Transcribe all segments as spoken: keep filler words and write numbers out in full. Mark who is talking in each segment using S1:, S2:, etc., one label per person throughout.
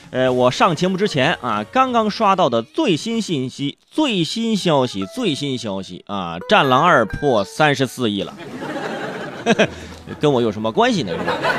S1: 呃，我上节目之前啊，刚刚刷到的最新信息、最新消息、最新消息啊，《战狼二》破三十四亿了，跟我有什么关系呢？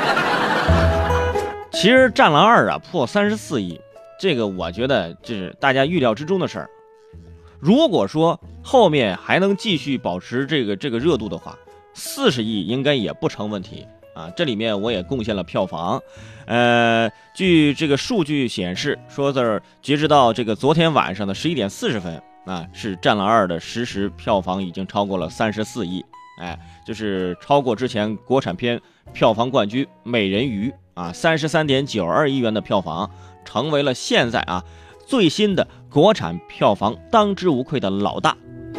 S1: 其实《战狼二》啊破三十四亿，这个我觉得这是大家预料之中的事儿。如果说后面还能继续保持这个这个热度的话，四十亿应该也不成问题。啊，这里面我也贡献了票房，呃，据这个数据显示，说是截止到这个昨天晚上的十一点四十分啊，是《战狼二》的实时票房已经超过了三十四亿，哎，就是超过之前国产片票房冠军《美人鱼》啊，三十三点九二亿元的票房，成为了现在啊最新的国产票房当之无愧的老大。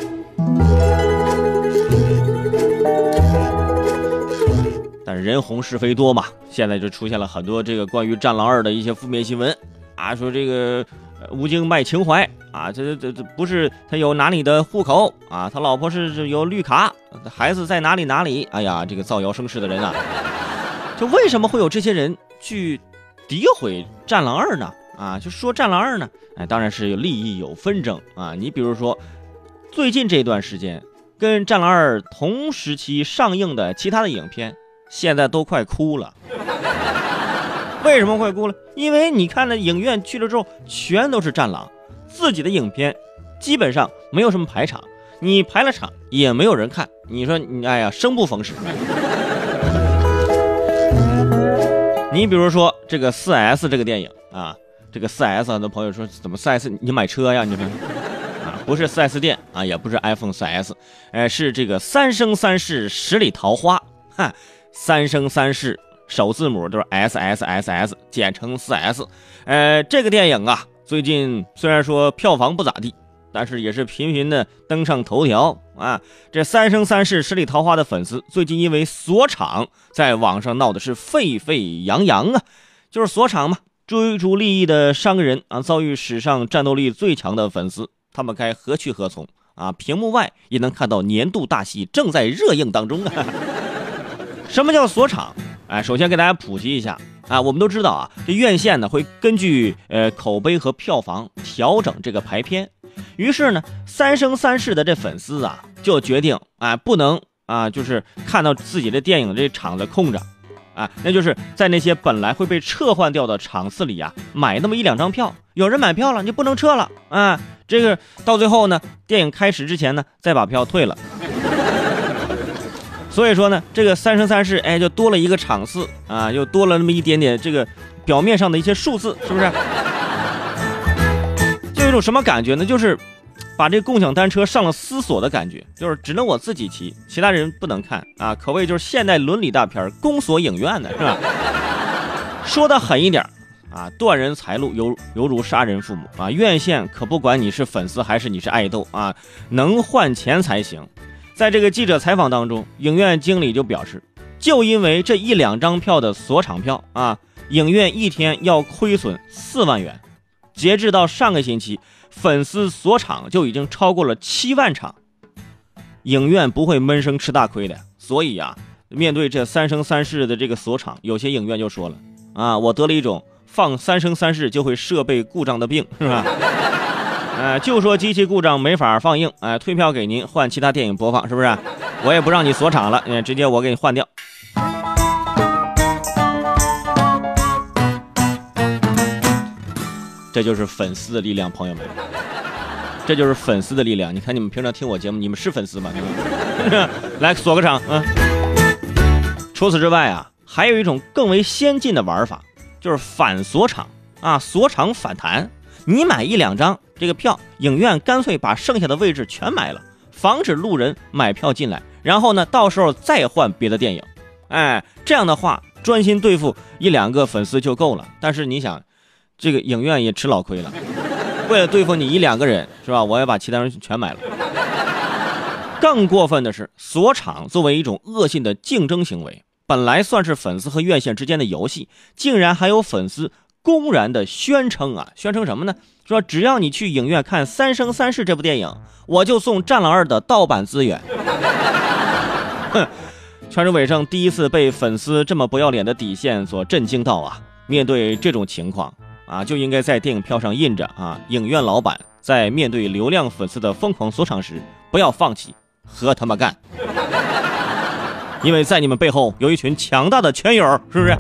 S1: 但是人红是非多嘛，现在就出现了很多这个关于《战狼二》的一些负面新闻啊，说这个吴京卖情怀啊，这这这不是他有哪里的户口啊，他老婆是有绿卡，孩子在哪里哪里，哎呀，这个造谣生事的人啊，就为什么会有这些人去诋毁《战狼二》呢？啊，就说《战狼二》呢，哎，当然是有利益有纷争啊。你比如说，最近这段时间跟《战狼二》同时期上映的其他的影片。现在都快哭了，为什么快哭了？因为你看那影院去了之后，全都是战狼，自己的影片基本上没有什么排场，你排了场也没有人看，你说你哎呀，生不逢时。你比如说这个 四 S 这个电影啊，这个 四 S 很多朋友说怎么 四 S 你买车呀？你说啊，不是 四 S 店啊，也不是 iPhone 四 S， 哎，是这个三生三世十里桃花，哈。三生三世首字母都是 S S S S， 简称 四 S。 呃，这个电影啊，最近虽然说票房不咋地，但是也是频频的登上头条啊。这三生三世十里桃花的粉丝最近因为锁场，在网上闹的是沸沸扬扬啊。就是锁场嘛，追逐利益的商人啊，遭遇史上战斗力最强的粉丝，他们该何去何从啊？屏幕外也能看到年度大戏正在热映当中啊。什么叫锁场？哎，首先给大家普及一下啊，我们都知道啊，这院线呢会根据呃口碑和票房调整这个排片。于是呢，三生三世的这粉丝啊，就决定啊，不能啊，就是看到自己的电影这场子空着啊，那就是在那些本来会被撤换掉的场次里啊，买那么一两张票。有人买票了，你就不能撤了啊。这个到最后呢，电影开始之前呢，再把票退了。所以说呢，这个三生三世，哎，就多了一个场次啊，又多了那么一点点这个表面上的一些数字，是不是？就有一种什么感觉呢？就是把这个共享单车上了私锁的感觉，就是只能我自己骑，其他人不能看啊，可谓就是现代伦理大片公锁影院的是吧？说的狠一点啊，断人财路犹犹如杀人父母啊！院线可不管你是粉丝还是你是爱豆啊，能换钱才行。在这个记者采访当中，影院经理就表示，就因为这一两张票的锁场票啊，影院一天要亏损四万元。截至到上个星期，粉丝锁场就已经超过了七万场。影院不会闷声吃大亏的，所以啊，面对这三生三世的这个锁场，有些影院就说了啊，我得了一种放三生三世就会设备故障的病，是吧？呃，就说机器故障没法放映，哎、呃，退票给您换其他电影播放，是不是？我也不让你锁场了，呃、直接我给你换掉。这就是粉丝的力量，朋友们，这就是粉丝的力量。你看你们平常听我节目，你们是粉丝吗？来锁个场啊！除此之外啊，还有一种更为先进的玩法，就是反锁场啊，锁场反弹。你买一两张这个票，影院干脆把剩下的位置全买了，防止路人买票进来，然后呢，到时候再换别的电影。哎，这样的话，专心对付一两个粉丝就够了。但是你想，这个影院也吃老亏了，为了对付你一两个人，是吧？我要把其他人全买了。更过分的是，锁场作为一种恶性的竞争行为，本来算是粉丝和院线之间的游戏，竟然还有粉丝公然的宣称啊，宣称什么呢？说只要你去影院看《三生三世》这部电影，我就送《战狼二》的盗版资源。哼，全是伟盛第一次被粉丝这么不要脸的底线所震惊到啊！面对这种情况啊，就应该在电影票上印着啊，影院老板在面对流量粉丝的疯狂锁场时，不要放弃，和他们干。因为在你们背后有一群强大的圈友，是不是？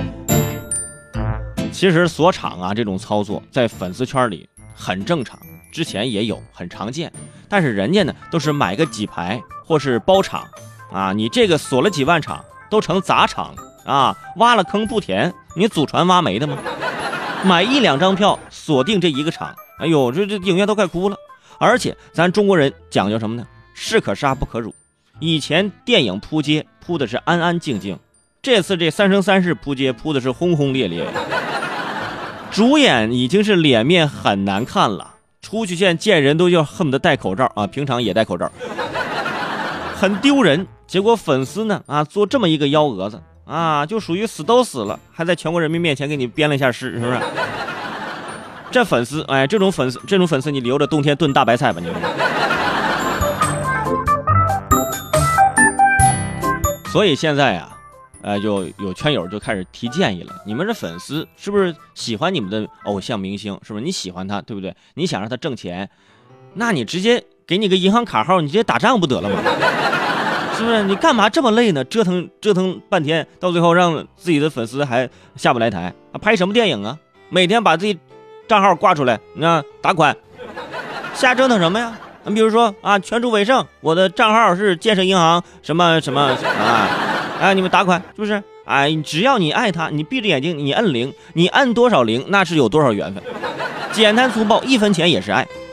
S1: 其实锁场啊这种操作在粉丝圈里很正常，之前也有，很常见。但是人家呢都是买个几排或是包场啊，你这个锁了几万场都成砸场啊，挖了坑不填，你祖传挖煤的吗？买一两张票锁定这一个场，哎呦，这这影院都快哭了。而且咱中国人讲究什么呢？士可杀不可辱。以前电影扑街扑的是安安静静，这次这三生三世扑街扑的是轰轰烈烈。主演已经是脸面很难看了，出去见见人都要恨不得戴口罩啊，平常也戴口罩，很丢人。结果粉丝呢啊做这么一个幺蛾子啊，就属于死都死了，还在全国人民面前给你编了一下诗，是不是？这粉丝哎，这种粉丝这种粉丝你留着冬天炖大白菜吧你。所以现在呀、啊，呃，就有圈友就开始提建议了。你们这粉丝是不是喜欢你们的偶像明星？是不是你喜欢他，对不对？你想让他挣钱，那你直接给你个银行卡号，你直接打仗不得了吗？是不是？你干嘛这么累呢？折腾折腾半天，到最后让自己的粉丝还下不来台啊？拍什么电影啊？每天把自己账号挂出来，那打款，瞎折腾什么呀？你比如说啊，全主伟盛，我的账号是建设银行什么什么啊，哎，你们打款是不是？哎，只要你爱他，你闭着眼睛，你摁零，你摁多少零，那是有多少缘分。简单粗暴，一分钱也是爱。